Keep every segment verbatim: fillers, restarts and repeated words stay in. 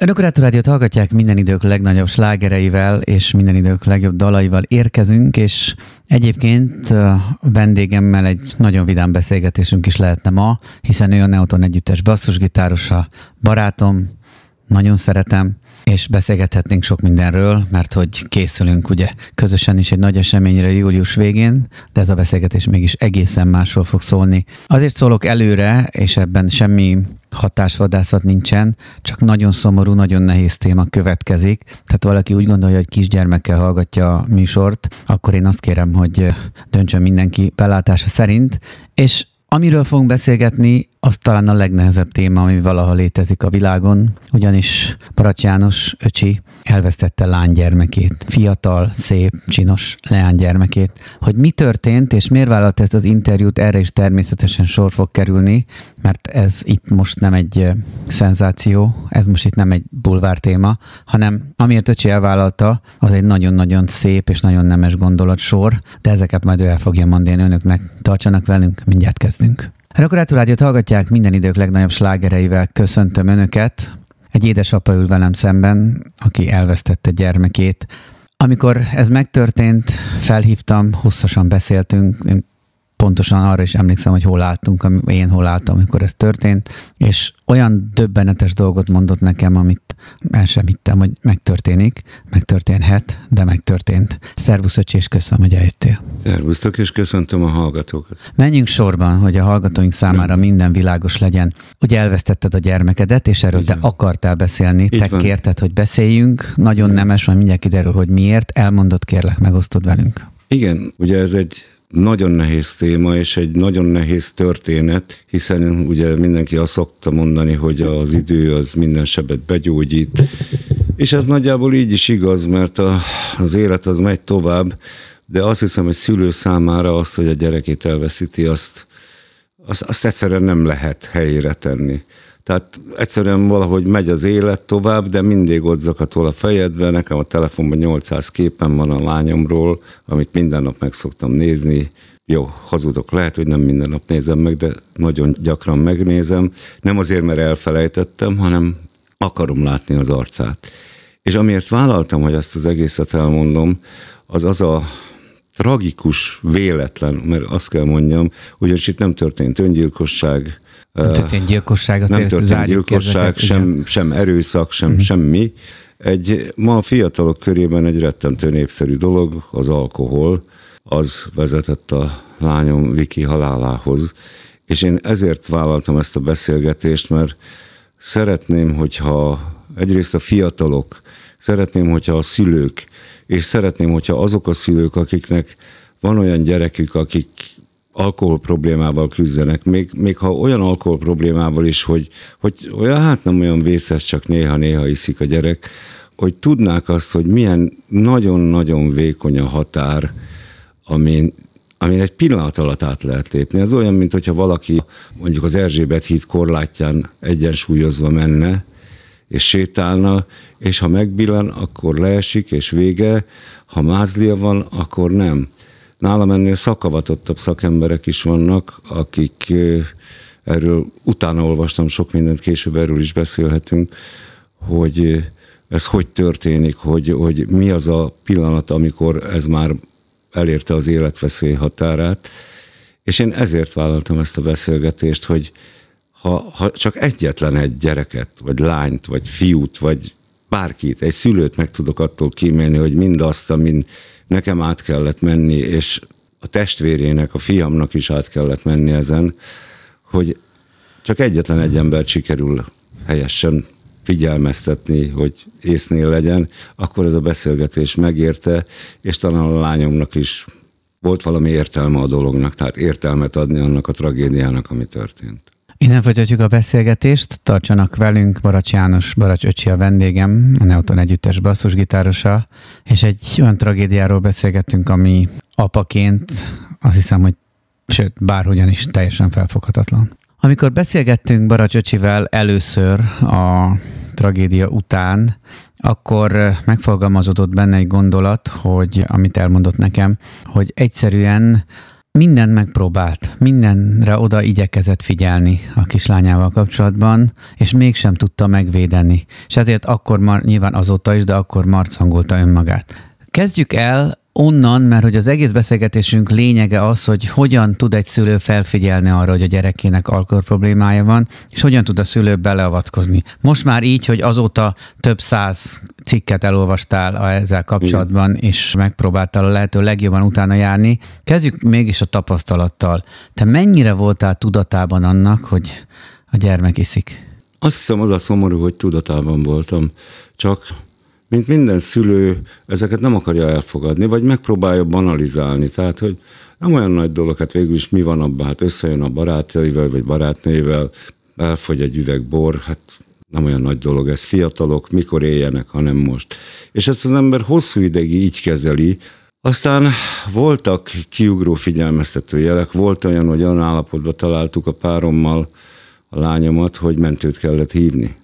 Önök a Retro Rádiót hallgatják, minden idők legnagyobb slágereivel és minden idők legjobb dalaival érkezünk, és egyébként a vendégemmel egy nagyon vidám beszélgetésünk is lehetne ma, hiszen ő a Neoton együttes basszusgitárosa, barátom, nagyon szeretem, és beszélgethetnénk sok mindenről, mert hogy készülünk ugye közösen is egy nagy eseményre július végén, de ez a beszélgetés mégis egészen másról fog szólni. Azért szólok előre, és ebben semmi hatásvadászat nincsen, csak nagyon szomorú, nagyon nehéz téma következik. Tehát valaki úgy gondolja, hogy kisgyermekkel hallgatja a műsort, akkor én azt kérem, hogy döntsön mindenki belátása szerint, és amiről fogunk beszélgetni, az talán a legnehezebb téma, ami valaha létezik a világon, ugyanis Baracs János öcsi elvesztette lánygyermekét, fiatal, szép, csinos leánygyermekét. Hogy mi történt, és miért vállalt ezt az interjút, erre is természetesen sor fog kerülni, mert ez itt most nem egy szenzáció, ez most itt nem egy bulvár téma, hanem amiért öcsi elvállalta, az egy nagyon-nagyon szép és nagyon nemes gondolatsor, de ezeket majd ő el fogja mondani önöknek. Tartsanak velünk, mindjárt kezdünk. Önök a Retro Rádiót hallgatják, minden idők legnagyobb slágereivel köszöntöm önöket. Egy édesapa ül velem szemben, aki elvesztette gyermekét. Amikor ez megtörtént, felhívtam, hosszasan beszéltünk, én pontosan arra is emlékszem, hogy hol álltunk, én hol álltam, amikor ez történt, és olyan döbbenetes dolgot mondott nekem, amit el sem hittem, hogy megtörténik, megtörténhet, de megtörtént. Szervusz öcsi, és köszönöm, hogy eljöttél. Szervusztok, és köszöntöm a hallgatókat. Menjünk sorban, hogy a hallgatóink számára minden világos legyen. Ugye elvesztetted a gyermekedet, és erről igen, te akartál beszélni, így te van. Kérted, hogy beszéljünk, nagyon igen, nemes, van, mindjárt kiderül, hogy miért, elmondod, kérlek, megosztod velünk. Igen, ugye ez egy nagyon nehéz téma, és egy nagyon nehéz történet, hiszen ugye mindenki azt szokta mondani, hogy az idő az minden sebet begyógyít, és ez nagyjából így is igaz, mert a, az élet az megy tovább, de azt hiszem, hogy szülő számára azt, hogy a gyerekét elveszíti, azt, azt, azt egyszerűen nem lehet helyére tenni. Tehát egyszerűen valahogy megy az élet tovább, de mindig ott zakatol a fejedben. Nekem a telefonban nyolcszáz képen van a lányomról, amit minden nap meg szoktam nézni. Jó, hazudok, lehet, hogy nem minden nap nézem meg, de nagyon gyakran megnézem. Nem azért, mert elfelejtettem, hanem akarom látni az arcát. És amiért vállaltam, hogy ezt az egészet elmondom, az az a tragikus véletlen, mert azt kell mondjam, ugyanis itt nem történt öngyilkosság, Nem történt gyilkosság, nem történt gyilkosság, sem, sem erőszak, sem uh-huh. semmi. Egy ma a fiatalok körében egy rettentő népszerű dolog, az alkohol, az vezetett a lányom Viki halálához. És én ezért vállaltam ezt a beszélgetést, mert szeretném, hogyha egyrészt a fiatalok, szeretném, hogyha a szülők, és szeretném, hogyha azok a szülők, akiknek van olyan gyerekük, akik alkohol problémával küzdenek, még, még ha olyan alkohol problémával is, hogy, hogy olyan, hát nem olyan vészes, csak néha-néha iszik a gyerek, hogy tudnák azt, hogy milyen nagyon-nagyon vékony a határ, amin, amin egy pillanat alatt át lehet lépni. Ez olyan, mint hogyha valaki mondjuk az Erzsébet híd korlátján egyensúlyozva menne, és sétálna, és ha megbillen, akkor leesik, és vége, ha mázlia van, akkor nem. Nálam ennél szakavatottabb szakemberek is vannak, akik erről utána olvastam sok mindent, később erről is beszélhetünk, hogy ez hogy történik, hogy, hogy mi az a pillanat, amikor ez már elérte az életveszély határát. És én ezért vállaltam ezt a beszélgetést, hogy ha, ha csak egyetlen egy gyereket, vagy lányt, vagy fiút, vagy bárkit, egy szülőt meg tudok attól kímélni, hogy mindazt, amin nekem át kellett menni, és a testvérének, a fiamnak is át kellett menni ezen, hogy csak egyetlen egy ember sikerül helyesen figyelmeztetni, hogy észnél legyen, akkor ez a beszélgetés megérte, és talán a lányomnak is volt valami értelme a dolognak, tehát értelmet adni annak a tragédiának, ami történt. Innen folytatjuk a beszélgetést, tartsanak velünk, Baracs János, Baracs öcsi a vendégem, a Neoton együttes basszusgitárosa, és egy olyan tragédiáról beszélgettünk, ami apaként azt hiszem, hogy sőt, bárhogyan is teljesen felfoghatatlan. Amikor beszélgettünk Baracs öcsivel először a tragédia után, akkor megfogalmazódott benne egy gondolat, hogy amit elmondott nekem, hogy egyszerűen mindent megpróbált, mindenre oda igyekezett figyelni a kislányával kapcsolatban, és mégsem tudta megvédeni. És ezért akkor már, nyilván azóta is, de akkor marcangolta önmagát. Kezdjük el onnan, mert hogy az egész beszélgetésünk lényege az, hogy hogyan tud egy szülő felfigyelni arra, hogy a gyerekének alkohol problémája van, és hogyan tud a szülő beleavatkozni. Most már így, hogy azóta több száz cikket elolvastál a ezzel kapcsolatban, igen, és megpróbáltál a lehető legjobban utána járni. Kezdjük mégis a tapasztalattal. Te mennyire voltál tudatában annak, hogy a gyermek iszik? Azt hiszem, az a szomorú, hogy tudatában voltam. Csak mint minden szülő, ezeket nem akarja elfogadni, vagy megpróbálja banalizálni. Tehát, hogy nem olyan nagy dolog, hát végül is mi van abban, hát összejön a barátjaival, vagy barátnőivel, elfogy egy üveg bor, hát nem olyan nagy dolog ez, fiatalok, mikor éljenek, hanem most. És ezt az ember hosszú ideig így kezeli. Aztán voltak kiugró figyelmeztető jelek, volt olyan, hogy olyan állapotban találtuk a párommal a lányomat, hogy mentőt kellett hívni.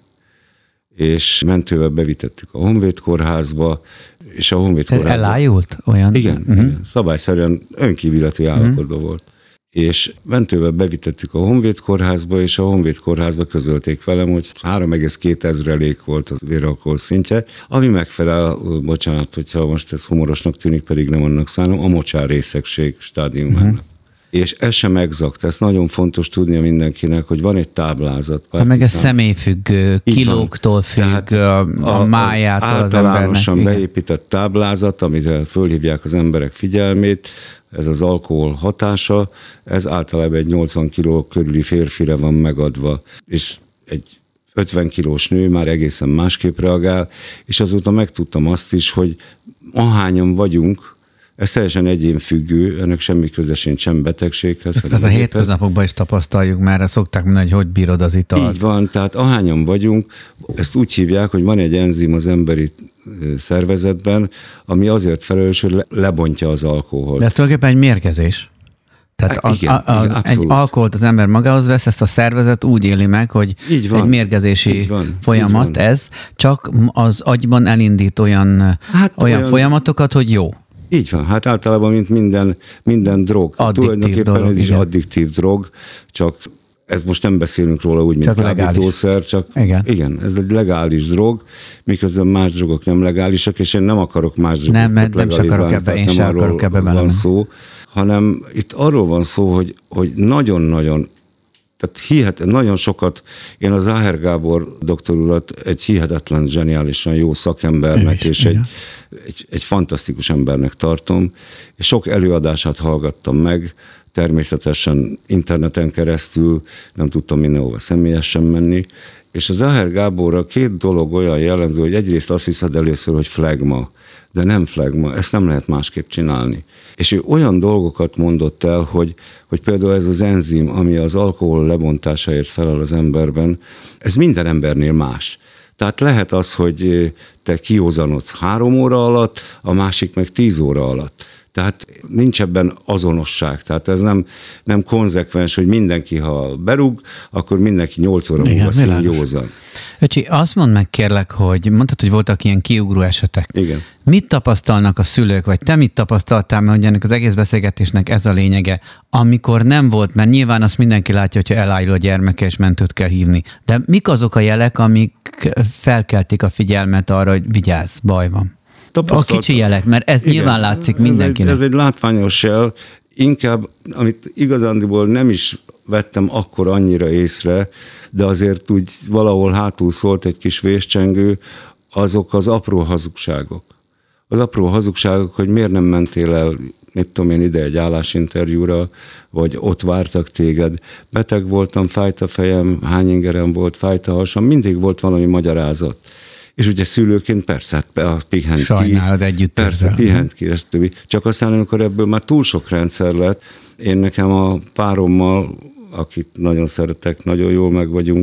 És mentővel bevitettük a Honvéd kórházba, és a Honvéd kórházba... Elájult olyan? Igen, uh-huh. igen, szabályszerűen önkívületi állapotban uh-huh. volt. És mentővel bevitettük a Honvéd kórházba, és a Honvéd kórházba közölték velem, hogy három egész két ezrelék volt a véralkohol szintje, ami megfelel, bocsánat, hogyha most ez humorosnak tűnik, pedig nem annak szánom, a mocsár részegség stádiumának. Uh-huh. És ez sem exakt, ez nagyon fontos tudnia mindenkinek, hogy van egy táblázat. Ha meg ez személyfüggő, kilóktól függ, a, a májától az, az általánosan embernek. beépített táblázat, amire fölhívják az emberek figyelmét, ez az alkohol hatása, ez általában egy nyolcvan kiló körüli férfire van megadva, és egy ötven kilós nő már egészen másképp reagál, és azóta megtudtam azt is, hogy ahányan vagyunk, ez teljesen egyénfüggő, ennek semmi köze sincs sem betegséghez. Ez, ez a hétköznapokban is tapasztaljuk, mert szokták mondani, hogy hogy bírod az italt. Így van, tehát ahányan vagyunk, ezt úgy hívják, hogy van egy enzim az emberi szervezetben, ami azért felelős, hogy lebontja az alkoholt. De ez tulajdonképpen egy mérgezés. Tehát a, igen, a, a, igen, egy alkoholt az ember magához vesz, ezt a szervezet úgy éli meg, hogy egy mérgezési van, folyamat ez, csak az agyban elindít olyan, hát olyan, olyan folyamatokat, hogy jó. Így van, hát általában, mint minden, minden drog. Addiktív Tulajdonképpen dolog, ez is igen. addiktív drog, csak ez most nem beszélünk róla úgy, mint csak kábítószer, csak igen. igen, ez egy legális drog, miközben más drogok nem legálisak, és én nem akarok más drogokat nem, mert nem akarok ebbe, én sem akarok ebbe van szó, hanem itt arról van szó, hogy, hogy nagyon-nagyon, tehát hihet, nagyon sokat, én az Záher Gábor doktor urat egy hihetetlen, zseniálisan jó szakembernek, és egy, egy, egy fantasztikus embernek tartom, és sok előadását hallgattam meg, természetesen interneten keresztül, nem tudtam mindenhova személyesen menni, és az Záher Gáborra két dolog olyan jellemző, hogy egyrészt azt hiszed először, hogy flegma, de nem flegma, ezt nem lehet másképp csinálni. És ő olyan dolgokat mondott el, hogy, hogy például ez az enzim, ami az alkohol lebontásáért felel az emberben, ez minden embernél más. Tehát lehet az, hogy te kiózanodsz három óra alatt, a másik meg tíz óra alatt. Tehát nincs ebben azonosság. Tehát ez nem, nem konzekvens, hogy mindenki, ha berúg, akkor mindenki nyolc óra múlva színjózan. Öcsi, azt mondd meg kérlek, hogy mondtad, hogy voltak ilyen kiugró esetek. Igen. Mit tapasztalnak a szülők, vagy te mit tapasztaltál, mert ennek az egész beszélgetésnek ez a lényege, amikor nem volt, mert nyilván azt mindenki látja, hogyha elájul a gyermeke, és mentőt kell hívni. De mik azok a jelek, amik felkeltik a figyelmet arra, hogy vigyázz, baj van? A kicsi jelek, mert ez igen, nyilván látszik mindenkinek. Ez egy, ez egy látványos jel, inkább, amit igazándiból nem is vettem akkor annyira észre, de azért úgy valahol hátul szólt egy kis véscsengő, azok az apró hazugságok. Az apró hazugságok, hogy miért nem mentél el, mit tudom én, ide egy állásinterjúra, vagy ott vártak téged. Beteg voltam, fájt a fejem, hány ingerem volt, fájt a hasam, mindig volt valami magyarázat. És ugye szülőként persze, hát pihent Sajnálod ki. Együtt persze, ezzel. pihent ki, és többi. Csak aztán, amikor ebből már túl sok rendszer lett, én nekem a párommal, akit nagyon szeretek, nagyon jól meg vagyunk,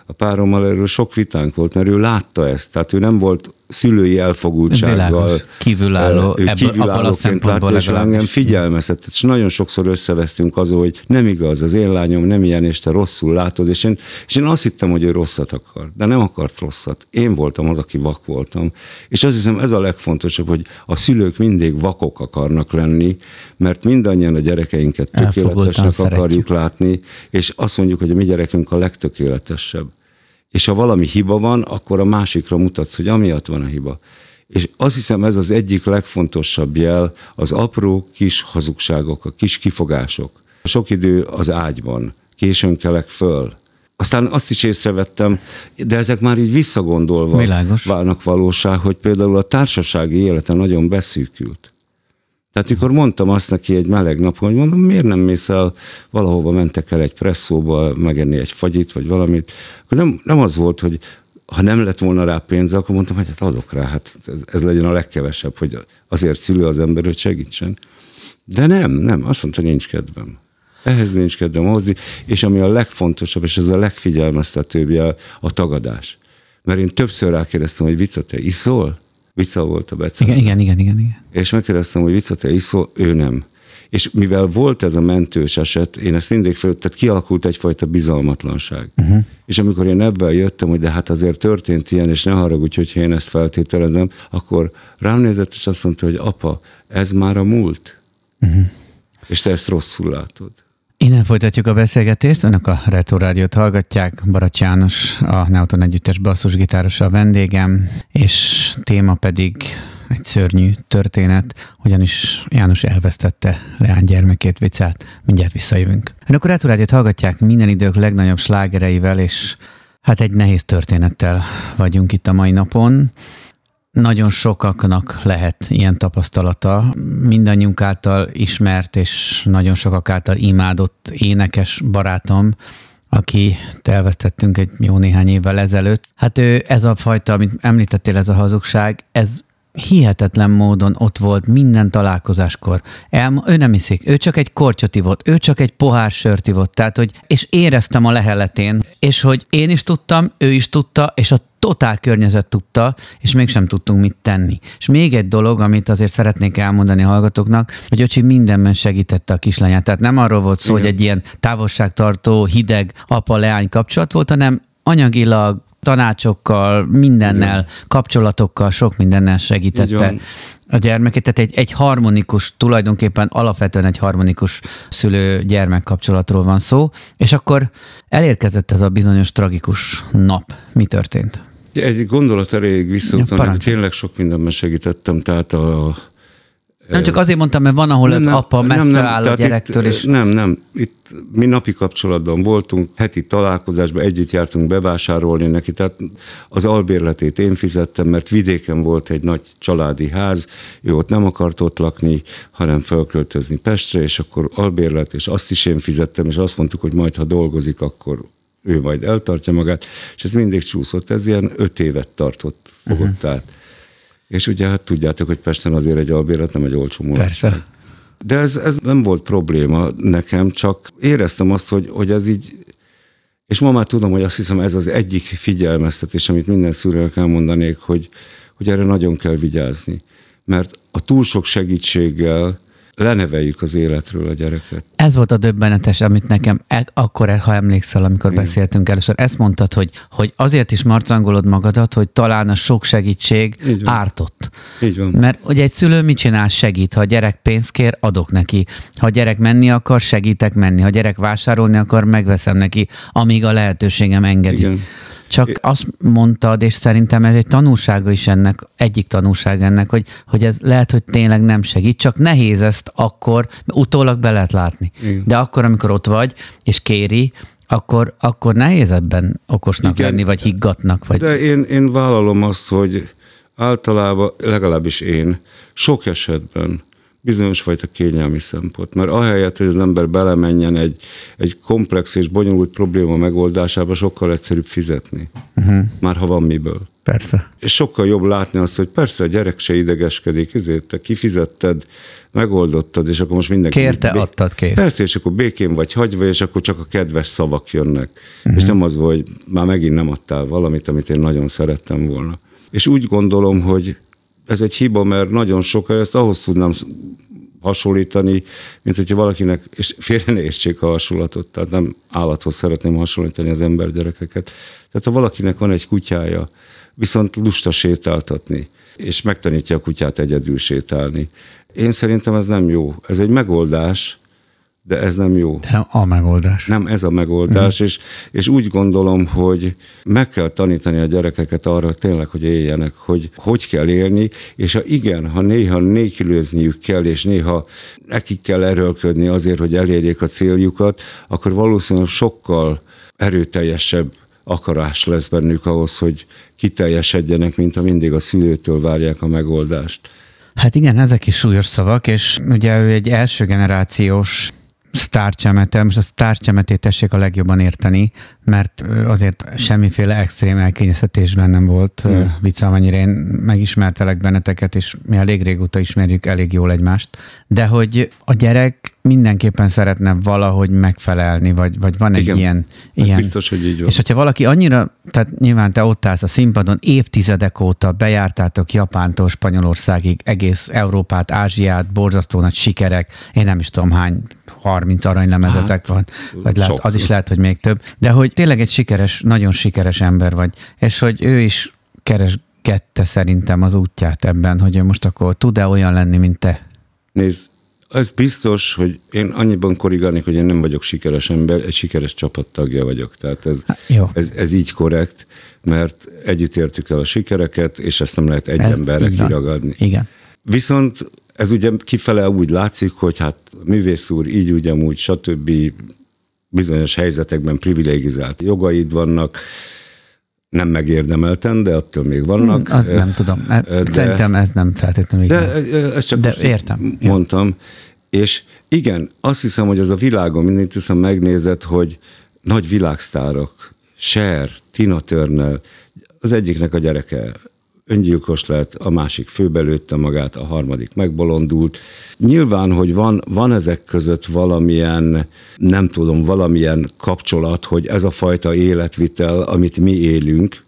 a párommal erről sok vitánk volt, mert ő látta ezt, tehát ő nem volt szülői elfogultsággal. Világos. Kívülálló, ő kívülállóként látta, és engem figyelmeztetett, és nagyon sokszor összevesztünk azon, hogy nem igaz, az én lányom nem ilyen, és te rosszul látod, és én, és én azt hittem, hogy ő rosszat akar, de nem akart rosszat. Én voltam az, aki vak voltam. És azt hiszem, ez a legfontosabb, hogy a szülők mindig vakok akarnak lenni, mert mindannyian a gyerekeinket tökéletesnek akarjuk látni, és azt mondjuk, hogy a mi gyerekünk a legtökéletesebb. És ha valami hiba van, akkor a másikra mutatsz, hogy amiatt van a hiba. És azt hiszem, ez az egyik legfontosabb jel, az apró kis hazugságok, a kis kifogások. Sok idő az ágyban, későn kelek föl. Aztán azt is észrevettem, de ezek már így visszagondolva Világos. válnak valóság, hogy például a társasági élete nagyon beszűkült. Tehát mikor mondtam azt neki egy meleg napon, hogy mondom, miért nem mész el, valahova mentek el egy presszóba megenni egy fagyit, vagy valamit, akkor nem, nem az volt, hogy ha nem lett volna rá pénze, akkor mondtam, hogy hát adok rá, hát ez, ez legyen a legkevesebb, hogy azért szülő az ember, hogy segítsen. De nem, nem, azt mondta, nincs kedvem. Ehhez nincs kedvem hozni, és ami a legfontosabb, és ez a legfigyelmeztetőbb jel, a tagadás. Mert én többször rákérdeztem, hogy Vica, te iszol? Vica volt a Bece. Igen, igen, igen, igen, igen. És megkérdeztem, hogy Vica, te iszol? Ő nem. És mivel volt ez a mentős eset, én ezt mindig fel, tehát kialakult egyfajta bizalmatlanság. Uh-huh. És amikor én ebben jöttem, hogy de hát azért történt ilyen, és ne haragudj, hogyha én ezt feltételezem, akkor rám nézett, és azt mondta, hogy apa, ez már a múlt. Uh-huh. És te ezt rosszul látod. Innen folytatjuk a beszélgetést, önök a Retro Rádiót hallgatják, Baracs János, a Neoton együttes basszusgitárosa a vendégem, és téma pedig egy szörnyű történet, ugyanis János elvesztette leánygyermekét, Vicát. Mindjárt visszajövünk. Önök a Retro Rádiót hallgatják minden idők legnagyobb slágereivel, és hát egy nehéz történettel vagyunk itt a mai napon. Nagyon sokaknak lehet ilyen tapasztalata. Mindannyiunk által ismert és nagyon sokak által imádott énekes barátom, aki elvesztettünk egy jó néhány évvel ezelőtt. Hát ő, ez a fajta, amit említettél, ez a hazugság, ez hihetetlen módon ott volt minden találkozáskor. El, ő nem iszik, ő csak egy kortyot ivott, ő csak egy pohár sört ivott, tehát, hogy, és éreztem a leheletén, és hogy én is tudtam, ő is tudta, és a totál környezet tudta, és mégsem tudtunk mit tenni. És még egy dolog, amit azért szeretnék elmondani a hallgatóknak, hogy öcsi mindenben segítette a kislányát. Tehát nem arról volt szó, igen, hogy egy ilyen távolságtartó, hideg apa-leány kapcsolat volt, hanem anyagilag, tanácsokkal, mindennel, kapcsolatokkal, sok mindennel segítette a gyermekét. Tehát egy, egy harmonikus, tulajdonképpen alapvetően egy harmonikus szülő-gyermek kapcsolatról van szó, és akkor elérkezett ez a bizonyos tragikus nap. Mi történt? Egy gondolat erejéig visszautalni, ja, tényleg sok mindenben segítettem, tehát a Nem csak azért mondtam, mert van, ahol nem, az nem, apa messze nem, nem, áll a gyerektől. Itt, és... Nem, nem. Itt mi napi kapcsolatban voltunk, heti találkozásban együtt jártunk bevásárolni neki, tehát az albérletét én fizettem, mert vidéken volt egy nagy családi ház, ő ott nem akart ott lakni, hanem felköltözni Pestre, és akkor albérlet, és azt is én fizettem, és azt mondtuk, hogy majd, ha dolgozik, akkor ő majd eltartja magát, és ez mindig csúszott. Ez ilyen öt évet tartott, fogott uh-huh. át. És ugye hát tudjátok, hogy Pesten azért egy albérlet nem egy olcsó mulatság. De ez, ez nem volt probléma nekem, csak éreztem azt, hogy, hogy ez így, és ma már tudom, hogy azt hiszem ez az egyik figyelmeztetés, amit minden szülőnek elmondanék, hogy, hogy erre nagyon kell vigyázni. Mert a túl sok segítséggel leneveljük az életről a gyereket. Ez volt a döbbenetes, amit nekem akkor, ha emlékszel, amikor igen, beszéltünk először, ezt mondtad, hogy, hogy azért is marcangolod magadat, hogy talán a sok segítség így ártott. Így van. Mert ugye egy szülő mit csinál? Segít. Ha a gyerek pénzt kér, adok neki. Ha a gyerek menni akar, segítek menni. Ha a gyerek vásárolni akar, megveszem neki, amíg a lehetőségem engedi. Igen. Csak azt mondtad, és szerintem ez egy tanulsága is ennek, egyik tanulság ennek, hogy, hogy ez lehet, hogy tényleg nem segít, csak nehéz ezt akkor, utólag be lehet látni. Igen. De akkor, amikor ott vagy, és kéri, akkor, akkor nehéz ebben okosnak igen, lenni, vagy higgatnak. Vagy... De én, én vállalom azt, hogy általában, legalábbis én, sok esetben bizonyos fajta kényelmi szempont. Mert ahelyett, hogy az ember belemenjen egy, egy komplex és bonyolult probléma megoldásába, sokkal egyszerűbb fizetni. Uh-huh. Már ha van miből. Persze. És sokkal jobb látni azt, hogy persze a gyerek se idegeskedik, ezért te kifizetted, megoldottad, és akkor most mindenki... Kérte, bé... adtad, kész. Persze, és akkor békén vagy hagyva, és akkor csak a kedves szavak jönnek. Uh-huh. És nem az, hogy már megint nem adtál valamit, amit én nagyon szerettem volna. És úgy gondolom, hogy ez egy hiba, mert nagyon sokan ezt ahhoz tudnám hasonlítani, mint hogyha valakinek, és félre ne értsék a hasonlatot, tehát nem állathoz szeretném hasonlítani az embergyerekeket. Tehát ha valakinek van egy kutyája, viszont lusta sétáltatni, és megtanítja a kutyát egyedül sétálni. Én szerintem ez nem jó. Ez egy megoldás, de ez nem jó. De a megoldás. Nem ez a megoldás, mm. és, és úgy gondolom, hogy meg kell tanítani a gyerekeket arra tényleg, hogy éljenek, hogy hogy kell élni, és ha igen, ha néha nélkülözniük kell, és néha nekik kell erőlködni azért, hogy elérjék a céljukat, akkor valószínűleg sokkal erőteljesebb akarás lesz bennük ahhoz, hogy kiteljesedjenek, mint ha mindig a szülőtől várják a megoldást. Hát igen, ezek is súlyos szavak, és ugye ő egy első generációs sztárcsemete, most a sztárcsemetét tessék a legjobban érteni, mert azért semmiféle extrém elkényeztetésben nem volt. Hmm. Vicca, amennyire én megismertelek benneteket, és mi elég régóta ismerjük elég jól egymást, de hogy a gyerek mindenképpen szeretne valahogy megfelelni, vagy, vagy van egy igen, ilyen... Ez ilyen. biztos, hogy így van. És hogyha valaki annyira, tehát nyilván te ott állsz a színpadon, évtizedek óta bejártátok Japántól Spanyolországig, egész Európát, Ázsiát, borzasztó nagy sikerek, én nem is tudom hány, harminc aranylemezetek hát, van, vagy lehet, az is lehet, hogy még több, de hogy tényleg egy sikeres, nagyon sikeres ember vagy, és hogy ő is keresgette szerintem az útját ebben, hogy ő most akkor tud-e olyan lenni, mint te? Nézd, ez biztos, hogy én annyiban korrigálnék, hogy én nem vagyok sikeres ember, egy sikeres csapattagja vagyok. Tehát ez, ez, ez így korrekt, mert együtt értük el a sikereket, és ezt nem lehet egy ez emberre kiragadni. Igen. Viszont ez ugye kifele úgy látszik, hogy hát művész úr így ugyanúgy, stb. Bizonyos helyzetekben privilegizált jogaid vannak, nem megérdemelten, de attól még vannak. Hmm, nem tudom. De, Szerintem ez nem feltétlenül így. De ezt csak de értem. Mondtam. És igen, azt hiszem, hogy ez a világon mindent hiszem megnézed, hogy nagy világsztárok, Cher, Tina Turner, az egyiknek a gyereke öngyilkos lett, a másik főbelőtte magát, a harmadik megbolondult. Nyilván, hogy van, van ezek között valamilyen, nem tudom, valamilyen kapcsolat, hogy ez a fajta életvitel, amit mi élünk,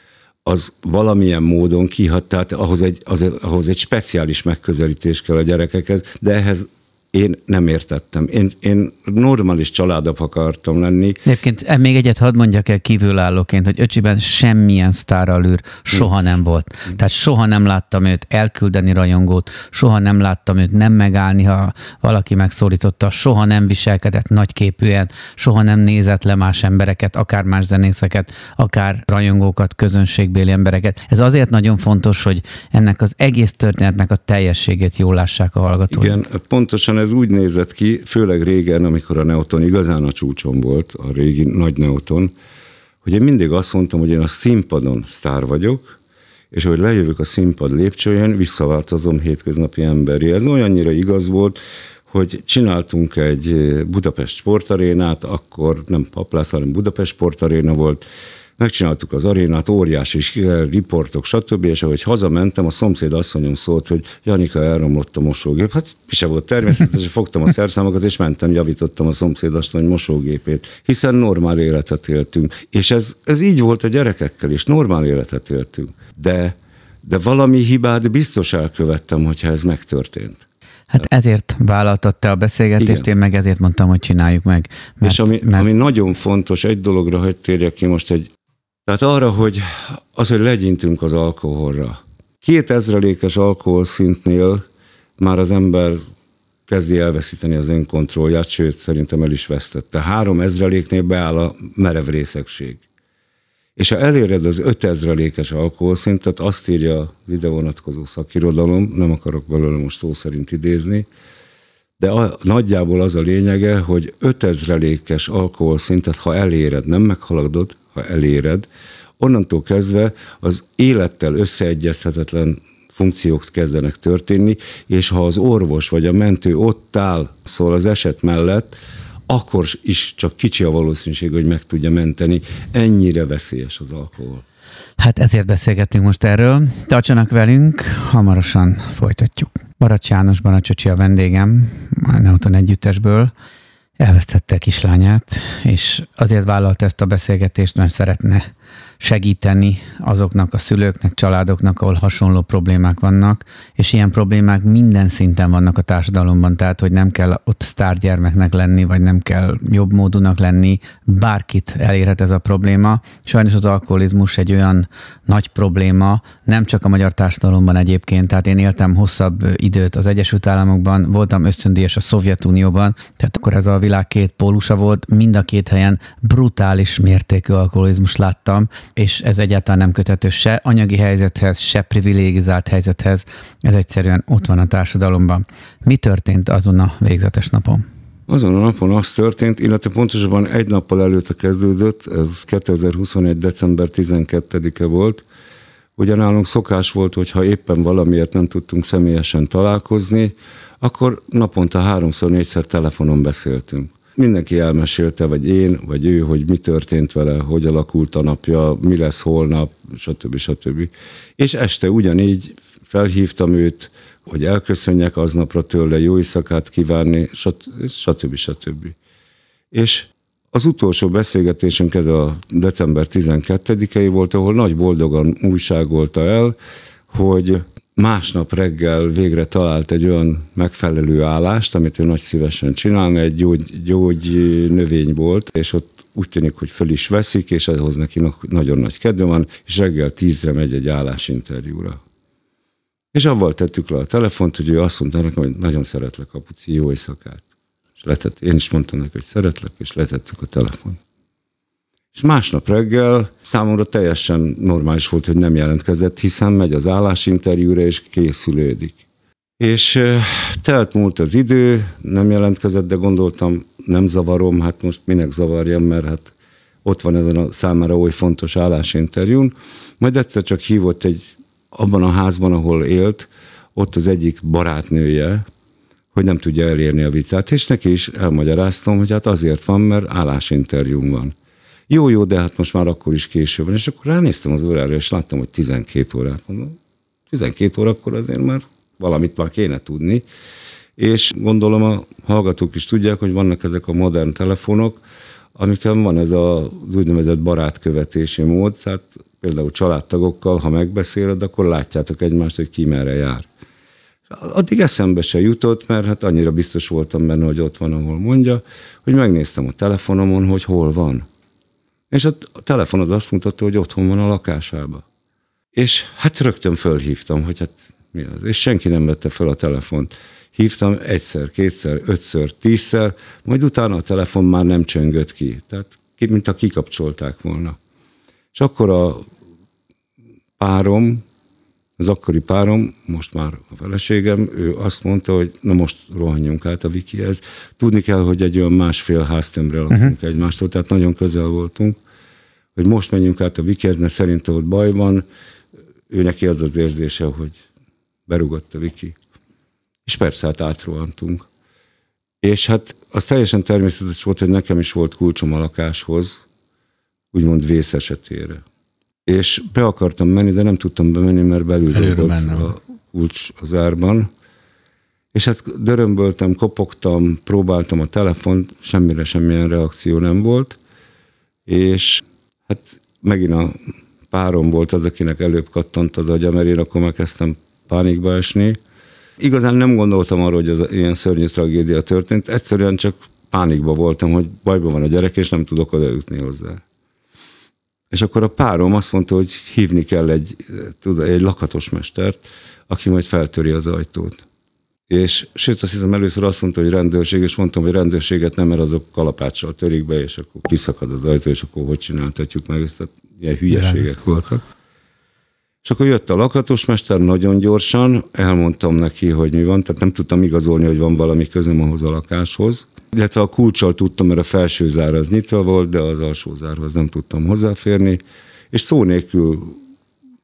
az valamilyen módon kihat, tehát ahhoz egy, az, ahhoz egy speciális megközelítés kell a gyerekekhez, de ehhez én nem értettem. Én, én normális családap akartam lenni. Egyébként még egyet hadd mondjak el kívülállóként, hogy öcsiben semmilyen sztárallűr soha nem volt. Tehát soha nem láttam őt elküldeni rajongót, soha nem láttam őt nem megállni, ha valaki megszólította, soha nem viselkedett nagyképűen, soha nem nézett le más embereket, akár más zenészeket, akár rajongókat, közönségbéli embereket. Ez azért nagyon fontos, hogy ennek az egész történetnek a teljességét jól lássák a hallgatók. Igen, pontosan ez úgy nézett ki, főleg régen, amikor a Neoton igazán a csúcson volt, a régi nagy Neoton, hogy én mindig azt mondtam, hogy én a színpadon sztár vagyok, és hogy lejövök a színpad lépcsőjén, visszaváltozom hétköznapi emberi. Ez olyannyira igaz volt, hogy csináltunk egy Budapest sportarénát, akkor nem Paplász, hanem Budapest sportaréna volt, megcsináltuk az arénát, óriási riportok, stb. És ahogy hazamentem, a szomszéd asszonyom szólt, hogy Janika, elromlott a mosógép. Hát mi se volt természetesen, fogtam a szerszámokat, és mentem, javítottam a szomszéd asszony mosógépét, hiszen normál életet éltünk. És ez, ez így volt a gyerekekkel is, normál életet éltünk. De, de valami hibát biztos elkövettem, hogyha ez megtörtént. Hát ezért vállaltad te a beszélgetést, igen. Én meg ezért mondtam, hogy csináljuk meg. Mert, és ami, mert... ami nagyon fontos, egy dologra, hogy térjek ki most egy, tehát arra, hogy az, hogy legyintünk az alkoholra. Két ezrelékes alkoholszintnél már az ember kezdi elveszíteni az önkontrollját, sőt, szerintem el is vesztette. Három ezreléknél beáll a merev részegség. És ha eléred az öt ezrelékes alkoholszintet, azt írja az ide vonatkozó szakirodalom, nem akarok belőle most szó szerint idézni, de a, nagyjából az a lényege, hogy öt ezrelékes alkoholszintet, ha eléred, nem meghaladod, ha eléred, onnantól kezdve az élettel összeegyezhetetlen funkciók kezdenek történni, és ha az orvos vagy a mentő ott áll, szól az eset mellett, akkor is csak kicsi a valószínűség, hogy meg tudja menteni. Ennyire veszélyes az alkohol. Hát ezért beszélgettünk most erről. Tartsanak velünk, hamarosan folytatjuk. Baracs János, Baracsocsi a vendégem, a Neuton Együttesből. Elvesztette a kislányát, és azért vállalta ezt a beszélgetést, mert szeretne segíteni azoknak a szülőknek, családoknak, ahol hasonló problémák vannak, és ilyen problémák minden szinten vannak a társadalomban, tehát hogy nem kell ott sztárgyermeknek lenni, vagy nem kell jobb módúnak lenni, bárkit elérhet ez a probléma. Sajnos az alkoholizmus egy olyan nagy probléma, nem csak a magyar társadalomban egyébként, tehát én éltem hosszabb időt az Egyesült Államokban, voltam ösztöndíjas a Szovjetunióban, tehát akkor ez a világ két pólusa volt, mind a két helyen brutális mértékű alkoholizmus láttam, és ez egyáltalán nem köthető se anyagi helyzethez, se privilégizált helyzethez, ez egyszerűen ott van a társadalomban. Mi történt azon a végzetes napon? Azon a napon az történt, illetve pontosabban egy nappal előtte kezdődött, ez kétezer-huszonegy. december tizenkettedike volt. Ugye nálunk szokás volt, hogy ha éppen valamiért nem tudtunk személyesen találkozni, akkor naponta háromszor, négyszer telefonon beszéltünk. Mindenki elmesélte, vagy én, vagy ő, hogy mi történt vele, hogy alakult a napja, mi lesz holnap, stb. stb. És este ugyanígy felhívtam őt, hogy elköszönjek aznapra tőle, jó éjszakát kívánni, stb. stb. És az utolsó beszélgetésünk ez a december tizenkettedikei volt, ahol nagy boldogan újságolta el, hogy másnap reggel végre talált egy olyan megfelelő állást, amit ő nagy szívesen csinálna, egy gyógy, gyógy növény volt, és ott úgy tűnik, hogy föl is veszik, és ahhoz neki nagyon nagy kedve van, és reggel tízre megy egy állásinterjúra. És avval tettük le a telefont, hogy ő azt mondta nekem, hogy nagyon szeretlek, apuci, jó éjszakát. És letett, én is mondtam neki, hogy szeretlek, és letettük a telefont. És másnap reggel számomra teljesen normális volt, hogy nem jelentkezett, hiszen megy az állásinterjúra, és készülődik. És telt múlt az idő, nem jelentkezett, de gondoltam, nem zavarom, hát most minek zavarjam, mert hát ott van ezen a számára oly fontos állásinterjún. Majd egyszer csak hívott egy, abban a házban, ahol élt, ott az egyik barátnője, hogy nem tudja elérni a vicát, és neki is elmagyaráztam, hogy hát azért van, mert állásinterjún van. Jó, jó, de hát most már akkor is késő van. És akkor ránéztem az órára, és láttam, hogy tizenkét órát mondom. tizenkét órakor azért már valamit már kéne tudni. És gondolom a hallgatók is tudják, hogy vannak ezek a modern telefonok, amiken van ez az úgynevezett barátkövetési mód, tehát például családtagokkal, ha megbeszéled, akkor látjátok egymást, hogy ki merre jár. Addig eszembe se jutott, mert hát annyira biztos voltam benne, hogy ott van, ahol mondja, hogy megnéztem a telefonomon, hogy hol van. És a telefonod azt mutatta, hogy otthon van a lakásában. És hát rögtön fölhívtam, hogy hát mi az. És senki nem vette fel a telefont. Hívtam egyszer, kétszer, ötször, tízszer, majd utána a telefon már nem csöngött ki. Tehát mint ha kikapcsolták volna. És akkor a párom, az akkori párom, most már a feleségem, ő azt mondta, hogy na most rohanjunk át a Vikihez. Tudni kell, hogy egy olyan másfél háztömbre lakunk uh-huh. egymástól, tehát nagyon közel voltunk, hogy most menjünk át a Vikihez, mert szerintem ott baj van. Ő neki az az érzése, hogy berugott a Viki. És persze hát átrohantunk. És hát az teljesen természetes volt, hogy nekem is volt kulcsom a lakáshoz, úgymond vész esetére. És be akartam menni, de nem tudtam bemenni, mert belül volt a kulcs az árban. És hát dörömböltem, kopogtam, próbáltam a telefont, semmire semmilyen reakció nem volt. És hát megint a párom volt az, akinek előbb kattant az agya, mert én akkor megkezdtem pánikba esni. Igazán nem gondoltam arra, hogy ez ilyen szörnyű tragédia történt, egyszerűen csak pánikba voltam, hogy bajban van a gyerek, és nem tudok odajutni hozzá. És akkor a párom azt mondta, hogy hívni kell egy, egy lakatos mestert, aki majd feltöri az ajtót. És sőt, azt hiszem először azt mondta, hogy rendőrség, és mondtam, hogy rendőrséget nem, mert azok kalapáccsal törik be, és akkor kiszakad az ajtó, és akkor hogy csináltatjuk meg, tehát ilyen hülyeségek voltak. És akkor jött a lakatosmester nagyon gyorsan, elmondtam neki, hogy mi van, tehát nem tudtam igazolni, hogy van valami közöm ahhoz a lakáshoz. Illetve a kulccsal tudtam, mert a felső zár az nyitva volt, de az alsó zárhoz nem tudtam hozzáférni. És szó nélkül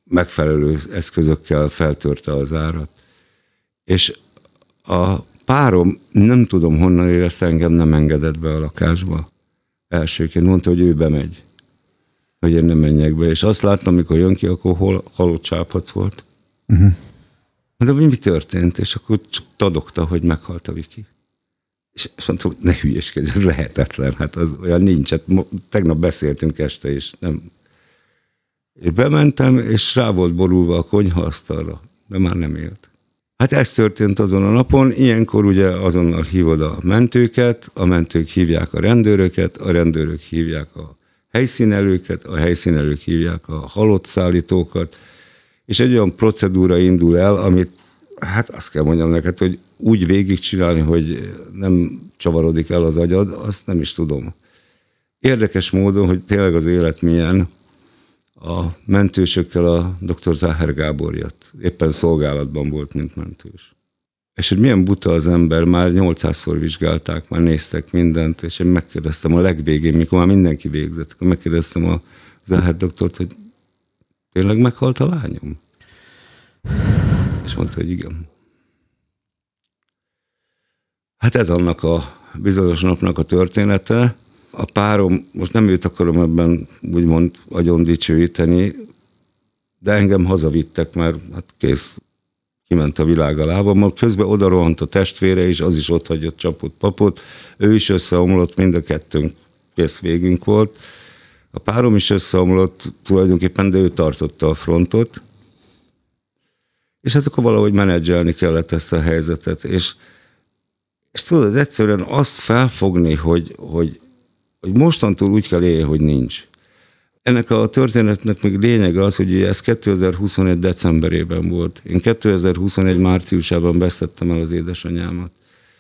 megfelelő eszközökkel feltörte az árat. És a párom, nem tudom honnan érezte, engem nem engedett be a lakásba. Elsőként mondta, hogy ő bemegy, hogy én nem menjek be. És azt láttam, amikor jön ki, akkor hol halott csápat volt. Uh-huh. De mi történt? És akkor csak tadogta, hogy meghalt a Viki. És mondtam, hogy ne hülyeskedj, ez lehetetlen, hát az olyan nincs. Hát tegnap beszéltünk este, és nem. És bementem, és rá volt borulva a konyhaasztalra, de már nem élt. Hát ez történt azon a napon, ilyenkor ugye azonnal hívod a mentőket, a mentők hívják a rendőröket, a rendőrök hívják a helyszínelőket, a helyszínelők hívják a halott szállítókat, és egy olyan procedúra indul el, amit, hát azt kell mondjam neked, hogy úgy végigcsinálni, hogy nem csavarodik el az agyad, azt nem is tudom. Érdekes módon, hogy tényleg az élet milyen, a mentősökkel a doktor Záher Gábor jött. Éppen szolgálatban volt, mint mentős. És hogy milyen buta az ember, már nyolcszázszor vizsgálták, már néztek mindent, és én megkérdeztem a legvégén, mikor már mindenki végzett, akkor megkérdeztem a Záher doktort, hogy tényleg meghalt a lányom? És mondta, hogy igen. Hát ez annak a bizonyos napnak a története. A párom, most nem őt akarom ebben úgymond agyon dicsőíteni, de engem hazavittek, mert hát kész, kiment a világ alába. Majd közben oda rohant a testvére is, az is ott hagyott csapott papot. Ő is összeomlott, mind a kettőnk kész végünk volt. A párom is összeomlott tulajdonképpen, de ő tartotta a frontot. És hát akkor valahogy menedzselni kellett ezt a helyzetet. És, és tudod, egyszerűen azt felfogni, hogy, hogy, hogy mostantól úgy kell élni, hogy nincs. Ennek a történetnek még lényege az, hogy ez kétezer-huszonegy decemberében volt. Én kétezer-huszonegy márciusában vesztettem el az édesanyámat.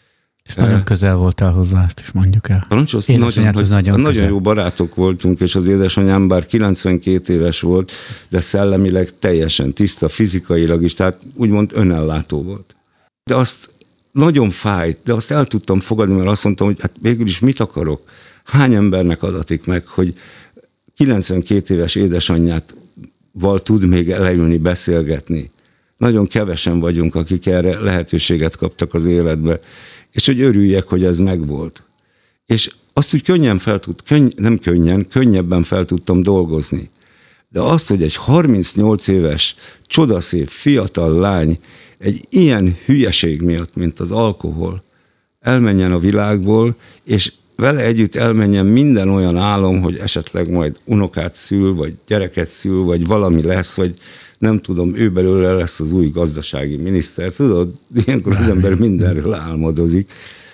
És nagyon e, közel voltál hozzá, ezt is mondjuk el. Nagyon, nagyon, nagyon, nagyon jó barátok voltunk, és az édesanyám bár kilencvenkét éves volt, de szellemileg teljesen tiszta, fizikailag is, tehát úgymond önellátó volt. De azt nagyon fájt, de azt el tudtam fogadni, mert azt mondtam, hogy hát végül is mit akarok? Hány embernek adatik meg, hogy kilencvenkét éves édesanyjával tud még leülni, beszélgetni. Nagyon kevesen vagyunk, akik erre lehetőséget kaptak az életbe, és hogy örüljek, hogy ez megvolt. És azt úgy könnyen fel tud, könny, nem könnyen, könnyebben fel tudtam dolgozni. De azt, hogy egy harmincnyolc éves, csodaszép, fiatal lány egy ilyen hülyeség miatt, mint az alkohol, elmenjen a világból, és vele együtt elmenjen minden olyan álom, hogy esetleg majd unokát szül, vagy gyereket szül, vagy valami lesz, vagy nem tudom, ő belőle lesz az új gazdasági miniszter. Tudod, ilyenkor az ember mindenről álmodozik,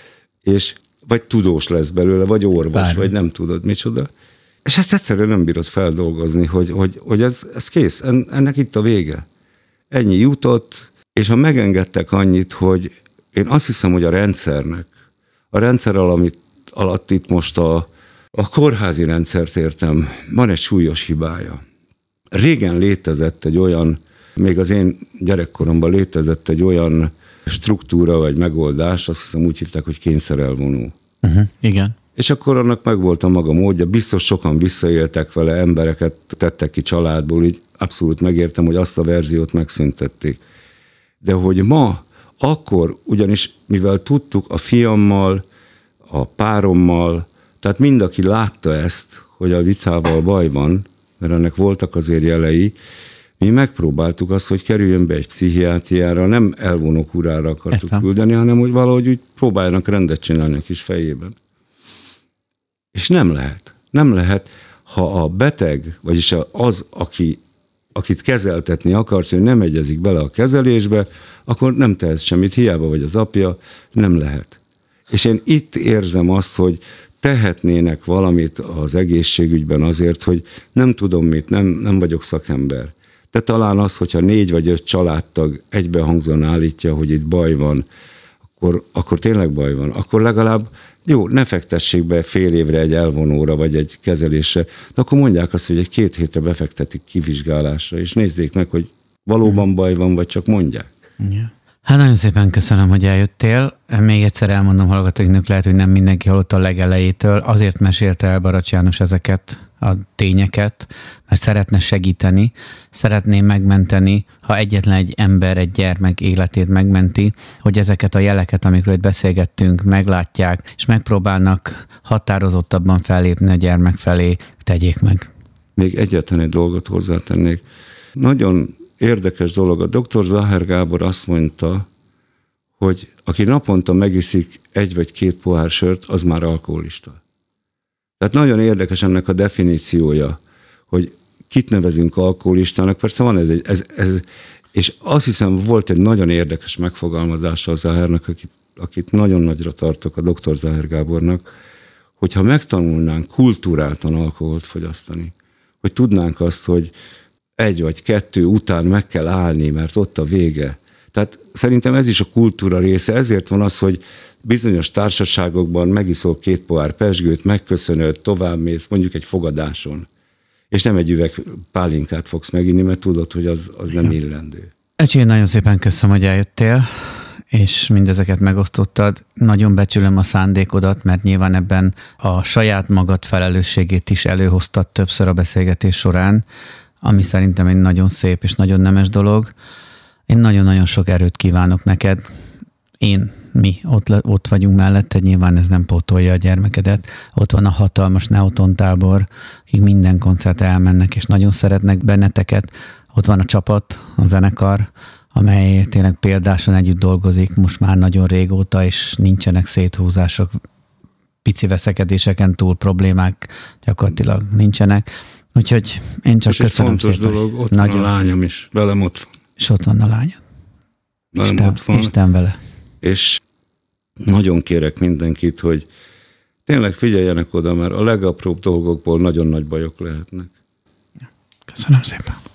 és vagy tudós lesz belőle, vagy orvos, Bármi. vagy nem tudod micsoda. És ezt egyszerűen nem bírod feldolgozni, hogy, hogy, hogy ez, ez kész, ennek itt a vége. Ennyi jutott, és ha megengedtek annyit, hogy én azt hiszem, hogy a rendszernek, a rendszer alatt, alatt itt most a, a kórházi rendszert értem, van egy súlyos hibája. Régen létezett egy olyan, még az én gyerekkoromban létezett egy olyan struktúra vagy megoldás, azt hiszem úgy hívták, hogy kényszerelvonó. Uh-huh, igen. És akkor annak megvolt a maga módja, biztos sokan visszaéltek vele, embereket tettek ki családból, így abszolút megértem, hogy azt a verziót megszüntették. De hogy ma, akkor ugyanis, mivel tudtuk a fiammal, a párommal, tehát mind, aki látta ezt, hogy a Vicával baj van, mert ennek voltak azért jelei, mi megpróbáltuk azt, hogy kerüljön be egy pszichiátriára, nem elvonó kurára akartuk Értem. küldeni, hanem hogy valahogy úgy próbáljanak rendet csinálni a kis fejében. És nem lehet. Nem lehet, ha a beteg, vagyis az, aki, akit kezeltetni akarsz, hogy nem egyezik bele a kezelésbe, akkor nem tehetsz semmit, hiába vagy az apja, nem lehet. És én itt érzem azt, hogy tehetnének valamit az egészségügyben azért, hogy nem tudom mit, nem, nem vagyok szakember. De talán az, hogyha négy vagy öt családtag egybehangzóan állítja, hogy itt baj van, akkor, akkor tényleg baj van. Akkor legalább jó, ne fektessék be fél évre egy elvonóra, vagy egy kezelésre, de akkor mondják azt, hogy egy két hétre befektetik kivizsgálásra, és nézzék meg, hogy valóban baj van, vagy csak mondják. Yeah. Hát nagyon szépen köszönöm, hogy eljöttél. Még egyszer elmondom hallgatóinknak, lehet, hogy nem mindenki hallott a legelejétől. Azért mesélte el Baracs János ezeket a tényeket, mert szeretne segíteni, szeretné megmenteni, ha egyetlen egy ember, egy gyermek életét megmenti, hogy ezeket a jeleket, amikről itt beszélgettünk, meglátják, és megpróbálnak határozottabban fellépni a gyermek felé, tegyék meg. Még egyetlen egy dolgot hozzátennék. Nagyon érdekes dolog. A doktor Zaher Gábor azt mondta, hogy aki naponta megiszik egy vagy két pohár sört, az már alkoholista. Tehát nagyon érdekes ennek a definíciója, hogy kit nevezünk alkoholistának. Persze van ez, egy, ez, ez és azt hiszem volt egy nagyon érdekes megfogalmazása a Zahernek, akit, akit nagyon nagyra tartok, a doktor Zaher Gábornak, hogyha megtanulnánk kultúráltan alkoholt fogyasztani, hogy tudnánk azt, hogy egy vagy kettő után meg kell állni, mert ott a vége. Tehát szerintem ez is a kultúra része, ezért van az, hogy bizonyos társaságokban megiszol két pohár pezsgőt, megköszönöd, továbbmész, mondjuk egy fogadáson, és nem egy üveg pálinkát fogsz meginni, mert tudod, hogy az, az nem illendő. Öcsi, nagyon szépen köszönöm, hogy eljöttél, és mindezeket megosztottad. Nagyon becsülöm a szándékodat, mert nyilván ebben a saját magad felelősségét is előhoztad többször a beszélgetés során, ami szerintem egy nagyon szép és nagyon nemes dolog. Én nagyon-nagyon sok erőt kívánok neked. Én, mi ott, ott vagyunk mellette, nyilván ez nem pótolja a gyermekedet. Ott van a hatalmas Neoton tábor, akik minden koncertre elmennek, és nagyon szeretnek benneteket. Ott van a csapat, a zenekar, amely tényleg példásan együtt dolgozik most már nagyon régóta, és nincsenek széthúzások, pici veszekedéseken túl problémák gyakorlatilag nincsenek. Úgyhogy én csak és köszönöm egy fontos szépen. dolog, ott nagyon. van a lányom is, velem ott van. És ott van a lányod. Isten, ott van. Isten vele. És nagyon kérek mindenkit, hogy tényleg figyeljenek oda, mert a legapróbb dolgokból nagyon nagy bajok lehetnek. Köszönöm szépen.